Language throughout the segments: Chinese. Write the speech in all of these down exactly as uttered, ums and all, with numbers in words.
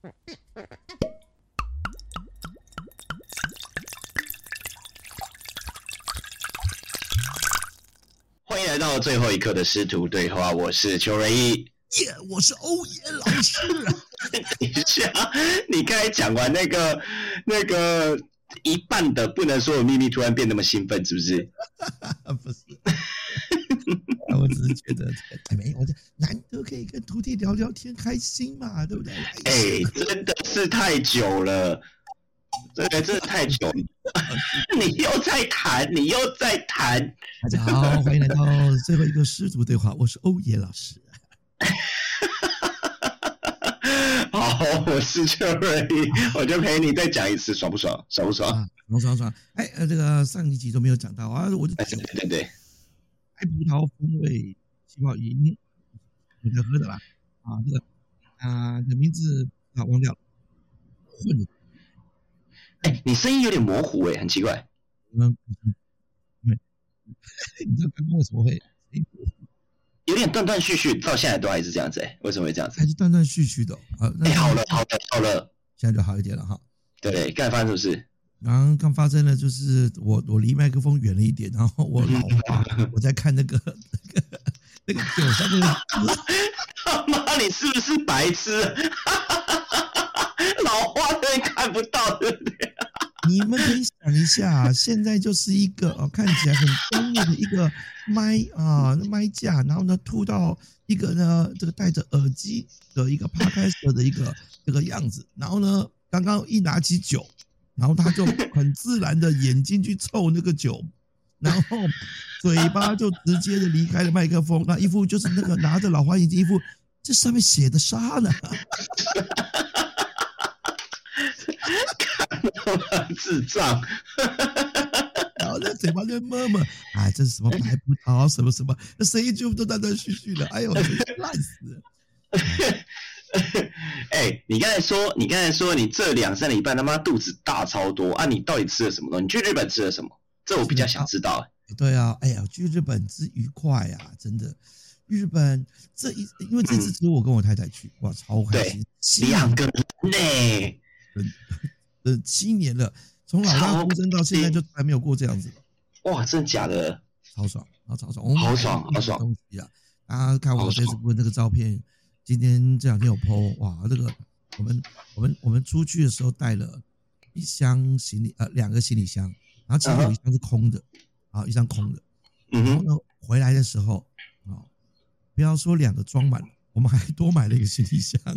欢迎来到最后一刻的师徒对话，我是邱瑞一。 耶、yeah, 我是欧耶老师啊。 等一下，你刚才讲完那个那个一半的不能说的秘密，突然变那么兴奋，是不是？ 不是，我只是觉得，哎，没有，我难得可以跟徒弟聊聊天，开心嘛，对不对？ 哎、欸，真的是太久了，真的真的太久了。你又在谈，你又在谈。 大家好，欢迎来到最后一个师徒对话，我是欧耶老师。 好，我是邱瑞一，我就陪你再讲一次，爽不爽？爽不爽？ 啊、爽爽爽！哎，呃，这个上一集都没有讲到啊，我就哎，对对对， 白葡萄风味气泡饮，我在喝的啦。啊，这个啊的名字啊忘掉了，混的。 哎，你声音有点模糊哎，很奇怪。 嗯，你知道刚刚为什么会？ 有点断断续续，到现在都还是这样子哎，为什么会这样子？ 还是断断续续的、哦。啊， 哎，好了，好了，好了， 现在就好一点了哈。 对，刚才发生什么事？ 刚刚刚发生的就是我我离麦克风远了一点，然后我老花，我在看那个那个那个酒上面。 他妈，你是不是白痴？老花的人看不到，对不对？ 你们可以想一下，现在就是一个、哦、看起来很专业的一个麦啊麦架，然后呢吐到一个呢这个戴着耳机的一个 podcaster 的一个这个样子，然后呢刚刚一拿起酒，然后他就很自然的眼睛去凑那个酒，然后嘴巴就直接的离开了麦克风，那一副就是那个拿着老花眼镜，一副这上面写的啥呢？ 智障， 然后在嘴巴那摸摸，哎，这是什么白葡萄，什么什么，那声音就都断断续续的，哎呦，烂死了！ 哎，你刚才说，你刚才说你这两三礼拜他妈肚子大超多啊！你到底吃了什么东西？你去日本吃了什么？这我比较想知道。 对啊，哎呀，去日本之愉快啊，真的。日本这一，因为这次只有我跟我太太去，哇，超开心， 两个人呢。 呃，七年了，从老大出生到现在就还没有过这样子了。 哇，真的假的？ 超爽，然后超爽， 好爽，好爽东西啊！大家看我 Facebook 那个照片，今天这两天有 po， 哇，这个我们我们我们出去的时候带了一箱行李，呃，两个行李箱，然后其中有一箱是空的，啊，一箱空的。 嗯然后呢，回来的时候啊，不要说两个装满了，我们还多买了一个行李箱。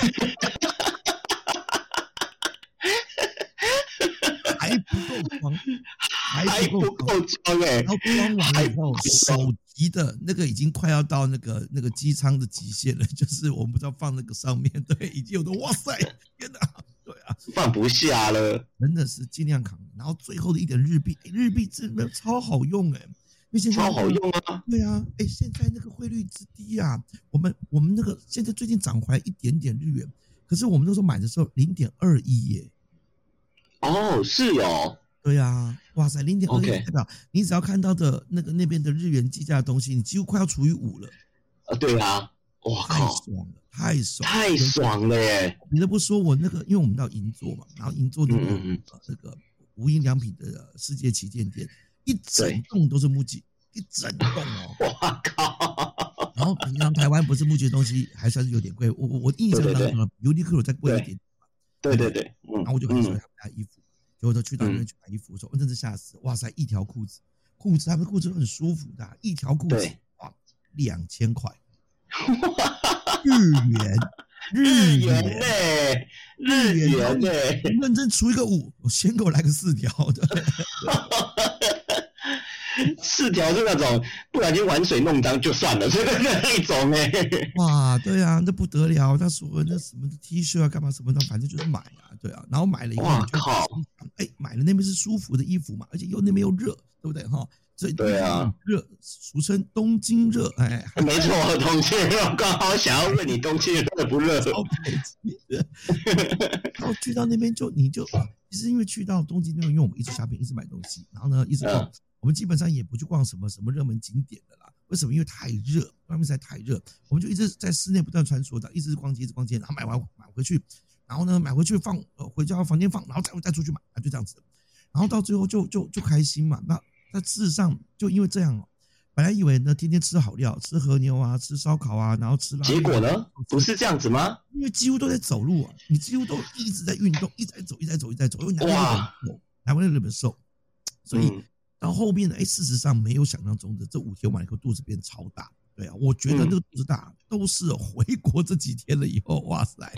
还不够装， 还不够装哎！ 然后装完了以后，手提的那个已经快要到那个那个机舱的极限了，就是我们不知道放那个上面，对，已经有的哇塞，天哪，对啊， 放不下了， 真的是尽量扛。然后最后的一点日币，日币真的超好用哎，因为现在超好用啊！ 对啊，哎，现在那个汇率之低啊，我们我们那个现在最近涨回来一点点日元，可是我们那时候买的时候零点二一耶。 哦，是哦， 对啊，哇塞，零点二一代表你只要看到的那个那边的日元计价的东西，你几乎快要除以五了。 啊，对啊，哇靠， 太爽了，太爽， 太爽了耶！ 你都不说我那个，因为我们到银座嘛，然后银座那个、 嗯嗯呃、那个无印良品的世界旗舰店，一整栋都是木屐，一整栋哦， 哇靠！ 然后平常台湾不是木屐的东西还算是有点贵，我我我印象当中，Uniqlo 再贵一点。 对对对， 嗯、然后我就很喜欢他们家衣服，结果就去到那边去买衣服，我说我真是吓死，哇塞，一条裤子，裤子他们裤子都很舒服的、啊，一条裤子哇两千块，日元， 日元呢、欸，日元呢、欸， 认真除一个五，我先给我来个四条的。 四条是那种不小心玩水弄脏就算了，是那一种哎、欸。 哇，对啊，那不得了，那所谓那什么 T 恤啊，干嘛什么的，反正就是买啊，对啊，然后买了以后， 哇靠， 哎，买了那边是舒服的衣服嘛，而且又那边又热，对不对哈？所以对啊， 热俗称东京热，哎， 没错，东京热，刚好想要问你东京热不热？ 超北极的，然后去到那边就你就其实因为去到东京那边，因为我们一直 shopping 一直买东西，然后呢一直逛。嗯我们基本上也不去逛什么什么热门景点的啦， 为什么？因为太热，外面实在太热，我们就一直在室内不断穿梭的，一直逛街，一直逛街，然后买完买回去，然后呢买回去放，呃，回家房间放，然后再再出去买，就这样子。然后到最后就就就开心嘛。那那事实上就因为这样哦，本来以为呢天天吃好料，吃和牛啊，吃烧烤啊，然后吃拉面， 结果呢不是这样子吗？ 因为几乎都在走路啊，你几乎都一直在运动，一直在走，一直在走，一直在走，因为南湾人瘦，南湾人瘦，所以到后面呢，哎，事实上没有想象中的这五天完了以后肚子变超大。对啊，我觉得那个肚子大都是回国这几天了以后，哇塞，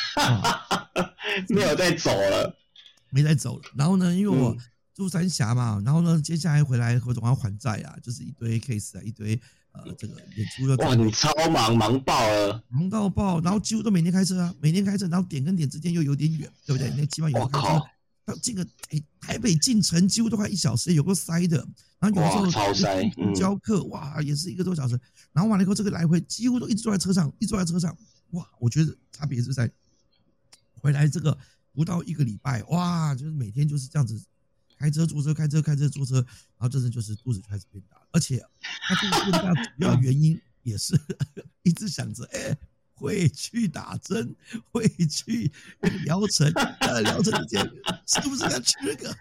没有再走了， 没再走了。然后呢，因为我住三峡嘛，然后呢，接下来回来我总要还债啊，就是一堆 case 啊，一堆呃这个演出的。 哇，你超忙，忙爆了， 忙到爆，然后几乎都每天开车啊，每天开车，然后点跟点之间又有点远，对不对？那起码有开车到这个哎台北进城几乎都快一小时，有个塞的。然后有时候超塞， 教课哇也是一个多小时，然后完了以后这个来回几乎都一直坐在车上，一直坐在车上，哇，我觉得差别是在回来这个不到一个礼拜，哇，就是每天就是这样子开车坐车开车开车坐车，然后真的就是肚子开始变大，而且它这个变大主要原因也是一直想着哎。会去打针，会去那个疗程，呃，疗程之间是不是要吃那个？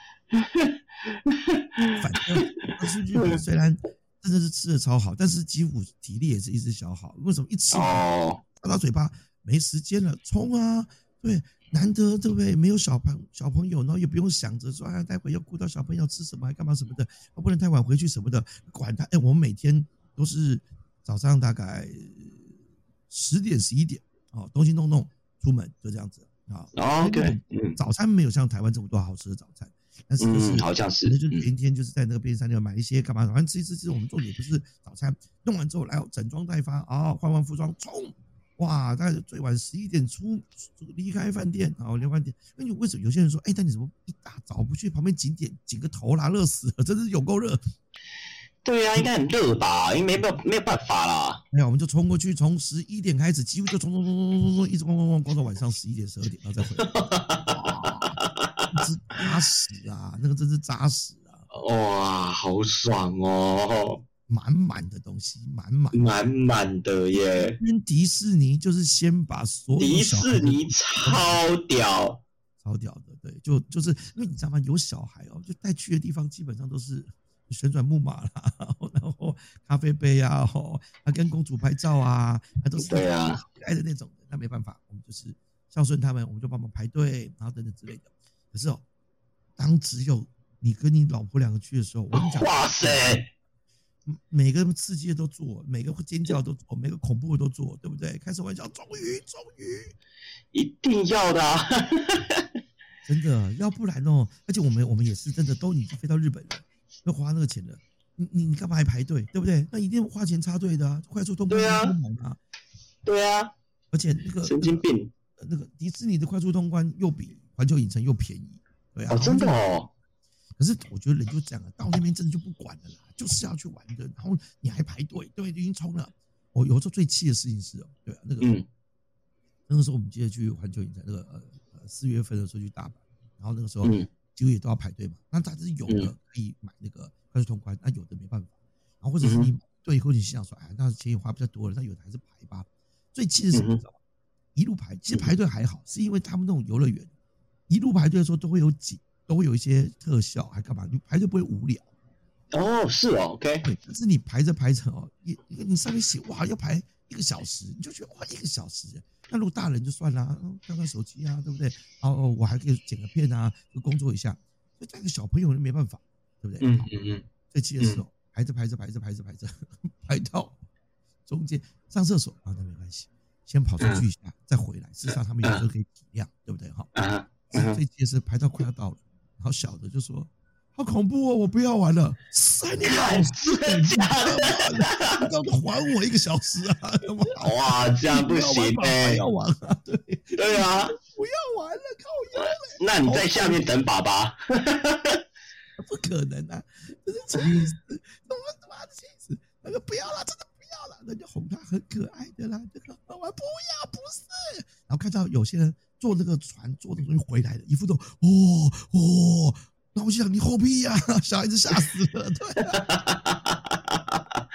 反正出去虽然真的是吃的超好，但是几乎体力也是一直消耗。为什么一吃哦， 插到嘴巴没时间了，冲啊！对，难得对不对？没有小朋小朋友，然后也不用想着说啊，待会要顾到小朋友吃什么，还干嘛什么的，不能太晚回去什么的，管他。哎，我们每天都是早上大概十点十一点，哦，东西弄弄出门就这样子啊。 哦 OK， 早餐没有像台湾这么多好吃的早餐。但是就是、 嗯、好像是， 就天天就是在那个便利商店买一些干嘛，反正吃一吃。其实我们重点不是早餐，弄完之后来整装待发啊，换完服装冲，哇，大概最晚十一点出离开饭店，然后离饭店。那你为什么有些人说，哎，但你怎么一大早不去旁边景点景个头啦？热死了，真是有够热。 对啊，应该很热吧？因为没有没有办法啦。 没有，我们就冲过去，从十一点开始，几乎就冲冲冲冲冲冲，一直逛逛逛逛到晚上十一点十二点，然后再回来。是扎实啊，那个真是扎实啊！ 哇，好爽哦， 满满的东西，满满满满的耶。 跟迪士尼就是先把所有迪士尼超屌， 超屌的，对，就就是因为你知道吗？有小孩哦，就带去的地方基本上都是旋转木马啦，然后咖啡杯啊，哦，他跟公主拍照啊，他都是对啊， 爱的那种的。那没办法，我们就是孝顺他们，我们就帮忙排队，然后等等之类的。可是哦，当只有你跟你老婆两个去的时候，我跟你讲， 哇塞， 每个刺激的都做，每个尖叫都做，每个恐怖的都做，对不对？开什么玩笑，终于，终于， 一定要的、啊， 真的，要不然哦，而且我们我们也是真的都已经飞到日本了，要花那个钱了，你你你干嘛还排队，对不对？那一定花钱插队的啊，快速通关不忙啊， 对啊， 而且那个神经病， 那个迪士尼的快速通关又比环球影城又便宜，对啊， 哦，真的哦。 可是我觉得人就这样了，到那边真的就不管了啦，就是要去玩的，然后你还排队，对，已经冲了。我有时候最气的事情是哦，对啊，那个、嗯、那个时候我们记得去环球影城，那个呃四月份的时候去大阪，然后那个时候几乎也都要排队嘛。那它是有的可以买那个快速通关，那有的没办法。然后或者是你对以后你心想说，哎，那钱也花比较多了，那有的还是排吧。最气的是什么？一路排，其实排队还好，是因为他们那种游乐园一路排队的时候都会有景。都会有一些特效，还干嘛？你排队不会无聊哦，是哦 ，OK。 对，可是你排着排着哦，你你上面写哇要排一个小时，你就觉得哇一个小时，那如果大人就算啦，看看手机啊，对不对？哦，我还可以剪个片啊，就工作一下。所以带个小朋友就没办法，对不对？ 嗯嗯嗯。 最气的是哦，排着排着排着排着排着，排到中间上厕所啊，那没关系，先跑出去一下，再回来。事实上他们有时候可以体谅，对不对？哈。啊。最气的是排到快要到了。然后小的就说：“好恐怖哦，我不要玩了！”三年老师，假的，你到底还我一个小时啊？ 哇，这样不行哎、 欸！不要玩啊！对对啊， 不要玩了，靠腰嘞！ 那你在下面等爸爸？ 不可能啊！这是气死！我们他妈的气死！那个不要了，真的不要了！那就哄他很可爱的啦，这个我不要，不是。然后看到有些人。坐那个船，坐那个东西回来的，一副都哦哦，那我就想你后屁呀、啊，小孩子吓死了，对、啊，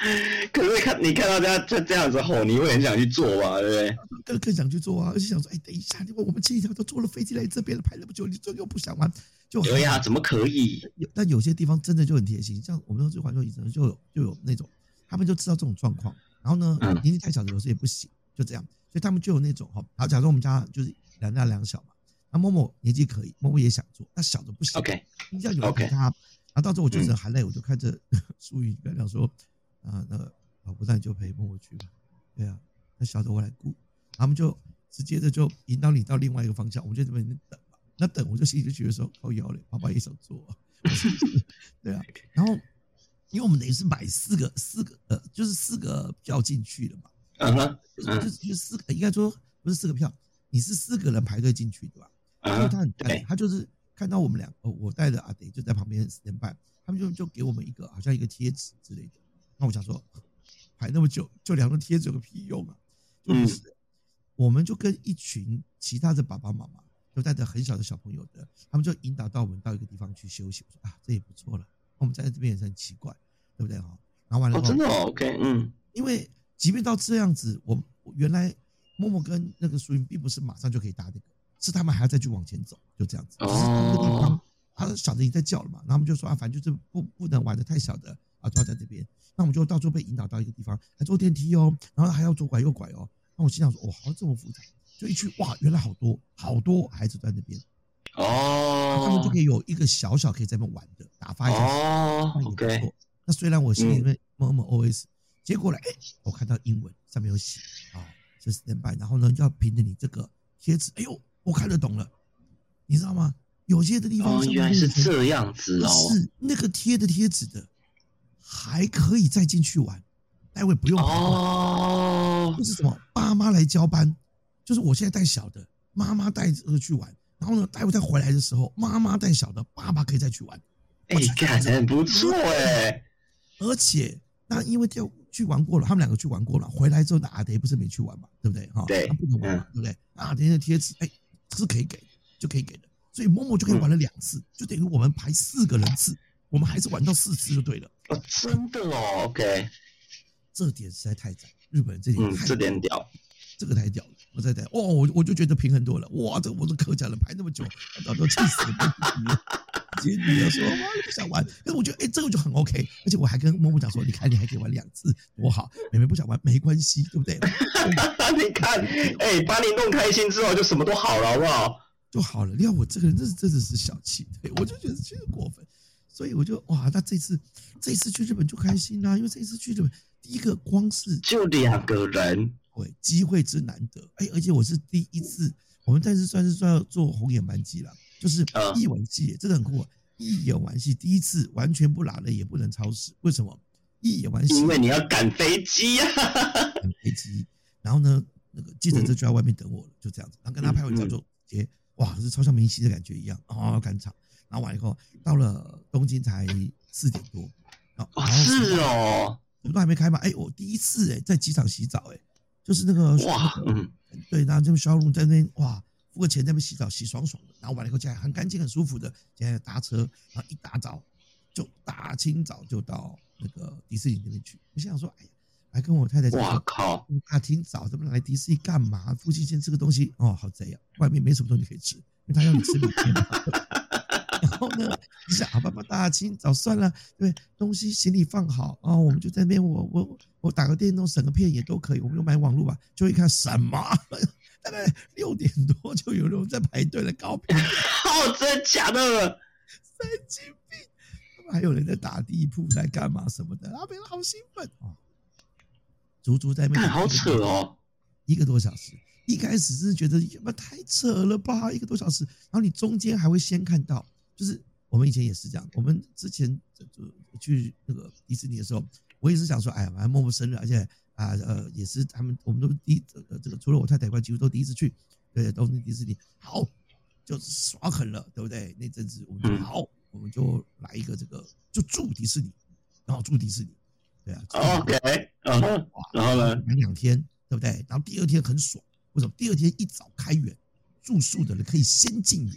可是看你看到他他这样子吼，你会很想去做吧，对不对？ 更更想去做啊，而且想说，哎，等一下，因为我们前几天都坐了飞机来这边了，排那么久，你这又不想玩，就对呀，怎么可以？ 但有些地方真的就很贴心，像我们这环球影城就有就有那种，他们就知道这种状况，然后呢， 嗯年纪太小的有时候也不行，就这样，所以他们就有那种哈，好，假如我们家就是两大两小嘛，那默默年纪可以，默默也想做，那小的不行 ，OK， 你这样有人陪他，然后到时候我就只能含泪，我就看着淑宇跟他讲说，啊，那个老婆那你就陪默默去吧，对啊，那小的我来顾，他们就直接的就引导你到另外一个方向，我们就在这边等嘛，那等我就心里就觉得说靠腰嘞，爸爸也想做、啊，对啊，然后因为我们等于是买四个四个呃，就是四个票进去了嘛， 嗯哼， 就是就是四个，应该说不是四个票，你是四个人排队进去对吧？因为他很淡，他就是看到我们两个，我带着阿德就在旁边 stand by，他们就就给我们一个好像一个贴纸之类的。那我想说，排那么久，就两个贴纸有个屁用啊？就不是，我们就跟一群其他的爸爸妈妈，就带着很小的小朋友的，他们就引导到我们到一个地方去休息。我说啊，这也不错了，我们在这边也是很奇怪，对不对哈？然后完了， 哦，真的哦 ，OK， 嗯， 因为即便到这样子，我原来默默跟那个淑云并不是马上就可以搭那个。是他们还要再去往前走，就这样子。只是那个地方，他小的已经在叫了嘛，然后我们就说啊，反正就是不不能玩的太小的啊，就要在这边。那我们就到时候被引导到一个地方，还坐电梯哦，然后还要左拐右拐哦。那我心想说，哇，好像这么复杂，就一去哇，原来好多好多孩子在那边哦，他们就可以有一个小小可以在那边玩的，打发一下哦，OK。 那虽然我心里面默默 O S， 结果呢，哎，我看到英文上面有写啊，是 stand by， 然后呢要凭着你这个贴纸，哎呦。我看得懂了，你知道吗？有些的地方哦，原来是这样子哦， 是那个贴的贴纸的，还可以再进去玩，待会不用哦， 就是什么爸妈来交班，就是我现在带小的，妈妈带这个去玩，然后呢，待会再回来的时候，妈妈带小的，爸爸可以再去玩， 哎，感觉很不错哎， 而且那因为就去玩过了，他们两个去玩过了，回来之后那阿德不是没去玩嘛，对不对？哈， 对， 他不能玩嘛，对不对？阿德的贴纸，哎。是可以给的，就可以给的，所以默默就可以玩了两次，嗯、就等于我们排四个人次，我们还是玩到四次就对了。 哦，真的哦 ，OK， 这点实在太赞，日本人这点太、 嗯、这点屌， 这个太屌了，我在哦，我我就觉得平衡多了，哇，这我是客家人排那么久，早都气死了。直接女儿说哇不想玩，可是我觉得哎、欸、这个就很 OK， 而且我还跟默默讲说，你看你还可以玩两次，多好，妹妹不想玩没关系，对不对？ 你看，哎、欸，把你弄开心之后就什么都好了，好不好？ 就好了。要我这个人真是真的是小气，对我就觉得其实过分，所以我就哇，那这次这次去日本就开心啦、啊，因为这次去日本第一个光是就两个人， 对，机会之难得，哎、欸，而且我是第一次，我们但是算是算要做红眼班机了。就是一玩戏，真的很酷、啊。一演完戏，第一次完全不拉泪，也不能超时。为什么？一演完戏， 因为你要赶飞机呀、啊， 赶飞机。然后呢，那个计程车就在外面等我了，就这样子。然后跟他拍完照就直接，哇，是超像明星的感觉一样，哦，赶场。然后完以后，到了东京才四点多， 然后是哦， 什么都还没开嘛。哎，我第一次哎在机场洗澡，哎，就是那个哇，嗯， 对，然后这边小鲁在那边哇。付个钱在那边洗澡，洗爽爽的，然后完了以后，进来很干净、很舒服的，现在搭车，然后一大早就大清早就到那个迪士尼那边去。我心想说，哎呀，还跟我太太讲， 哇靠， 大清早怎么来迪士尼干嘛？附近先吃个东西，哦，好贼啊！外面没什么东西可以吃，因为他要你吃里面嘛。然后呢，你想啊，爸爸大清早算了，对，东西行李放好哦，我们就在那边，我我我打个电动省个片也都可以，我们就买网络吧。就一看什么？大概六点多就有人在排队了，高票， 好真假的， 神经病！他们还有人在打地铺，在干嘛什么的，啊，别人好兴奋啊！足足在那边， 好扯哦， 一个多小时。一开始是觉得太扯了吧，一个多小时，然后你中间还会先看到，就是我们以前也是这样，我们之前去那个迪士尼的时候，我也是想说，哎呀，反正默默生日，而且。啊呃，也是他们，我们都第一呃这个除了我太太以外，几乎都第一次去，对，东京迪士尼，好，就是耍狠了，对不对？那阵子我们就好，我们就来一个这个，就住迪士尼，然后住迪士尼，对啊 ，OK， 然后然后呢， 玩两天，对不对？然后第二天很爽，为什么？第二天一早开园，住宿的人可以先进园，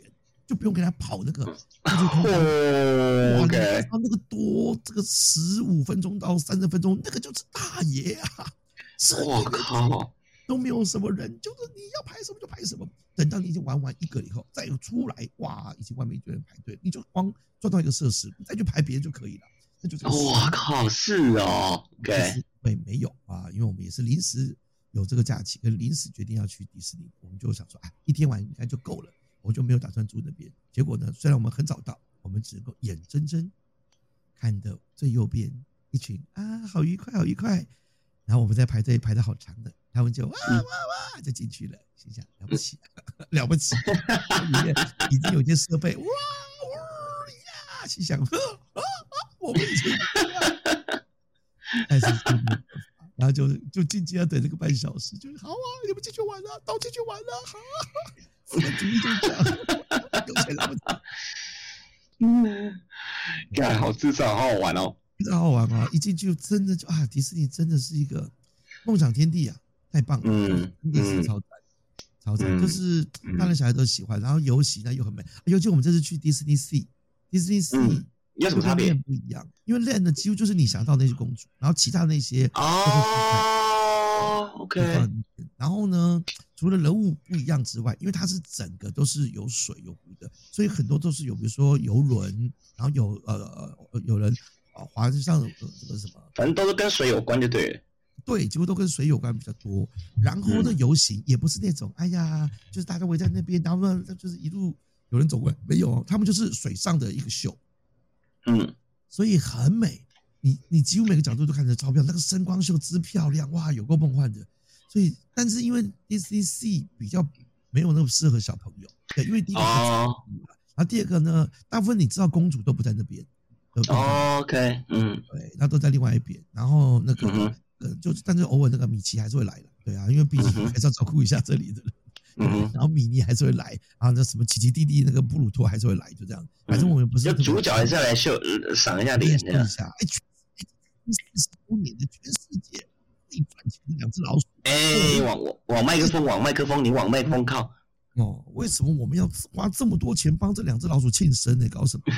就不用给他跑那个。哇， OK， 那个多这个十五分钟到三十分钟，那个就是大爷啊！ 我靠， 都没有什么人，就是你要排什么就排什么。等到你已经玩完一个以后，再有出来，哇，已经外面一堆人排队，你就光赚到一个设施，再去排别人就可以了。那就是我靠，是哦 ，OK， 对，没有啊，因为我们也是临时有这个假期，跟临时决定要去迪士尼，我们就想说，哎，一天玩应该就够了，我们就没有打算住那边。结果呢，虽然我们很早到，我们只能够眼睁睁看的最右边一群啊，好愉快，好愉快。然后我们在排队排的好长的，他们就哇哇哇就进去了，心想了不起，了不起，里面已经有些设备，哇哇呀，心想呵啊啊，我们已经，但是就没有办法，然后就就静静要等这个半小时，就是好啊，你们进去玩啊，都进去玩啊，好啊，资本主义就这样，有钱了不起， 嗯，干好至少好好玩哦。 真好玩啊！一进去真的就啊，迪士尼真的是一个梦想天地啊，太棒了！ 嗯， 真的是超赞，超赞，就是大人小孩都喜欢。然后游戏呢又很美，尤其我们这次去迪士尼 Sea， 迪士尼 Sea 有什么差别？ 不一样，因为 Land 呢几乎就是你想到那些公主，然后其他那些哦 ，OK。 然后呢，除了人物不一样之外，因为它是整个都是有水有湖的，所以很多都是有，比如说游轮，然后有呃有人。啊，滑像这个什么， 反正都是跟水有关就对了。 对，几乎都跟水有关比较多。然后呢，游行也不是那种，哎呀，就是大家围在那边，然后呢，就是一路有人走过来，没有，他们就是水上的一个秀， 嗯， 所以很美。你你几乎每个角度都看着超漂亮，那个声光秀之漂亮，哇，有够梦幻的。所以，但是因为 Disney Sea 比较没有那么适合小朋友，对，因为第一个，哦，然后第二个呢，大部分你知道公主都不在那边。 哦 ，OK， 嗯， 对，他都在另外一边，然后那个、嗯、呃，就但是偶尔那个米奇还是会来的，对啊，因为毕竟还是要照顾一下这里的人，嗯，然后米妮还是会来，然后那什么奇奇弟弟那个布鲁托还是会来，就这样，反正我们不是、 嗯、就主角还是要来秀赏一下脸这样， 一下，哎，四十多年的全世界最赚钱的两只老鼠， 哎，往往麦克风，往麦克风，你往麦克风靠。 哦，为什么我们要花这么多钱帮这两只老鼠庆生呢？搞什么？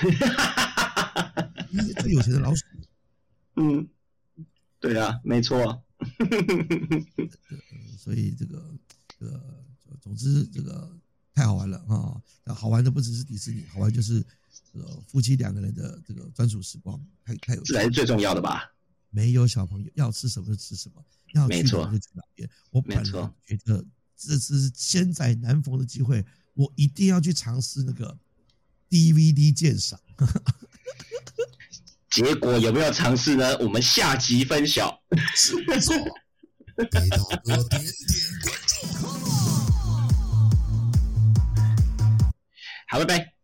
最有钱的老鼠， 嗯，对啊，没错。 所以这个，这个，总之这个太好玩了啊！那好玩的不只是迪士尼，好玩就是这个夫妻两个人的这个专属时光，太太有趣了。 这才是最重要的吧？ 没有小朋友要吃什么就吃什么，要去哪就去哪边。我本人觉得这次千载难逢的机会，我一定要去尝试那个 D V D 鉴赏。 结果有没有尝试呢？我们下集分晓。 是没错。给大哥点点关注。 好，拜拜。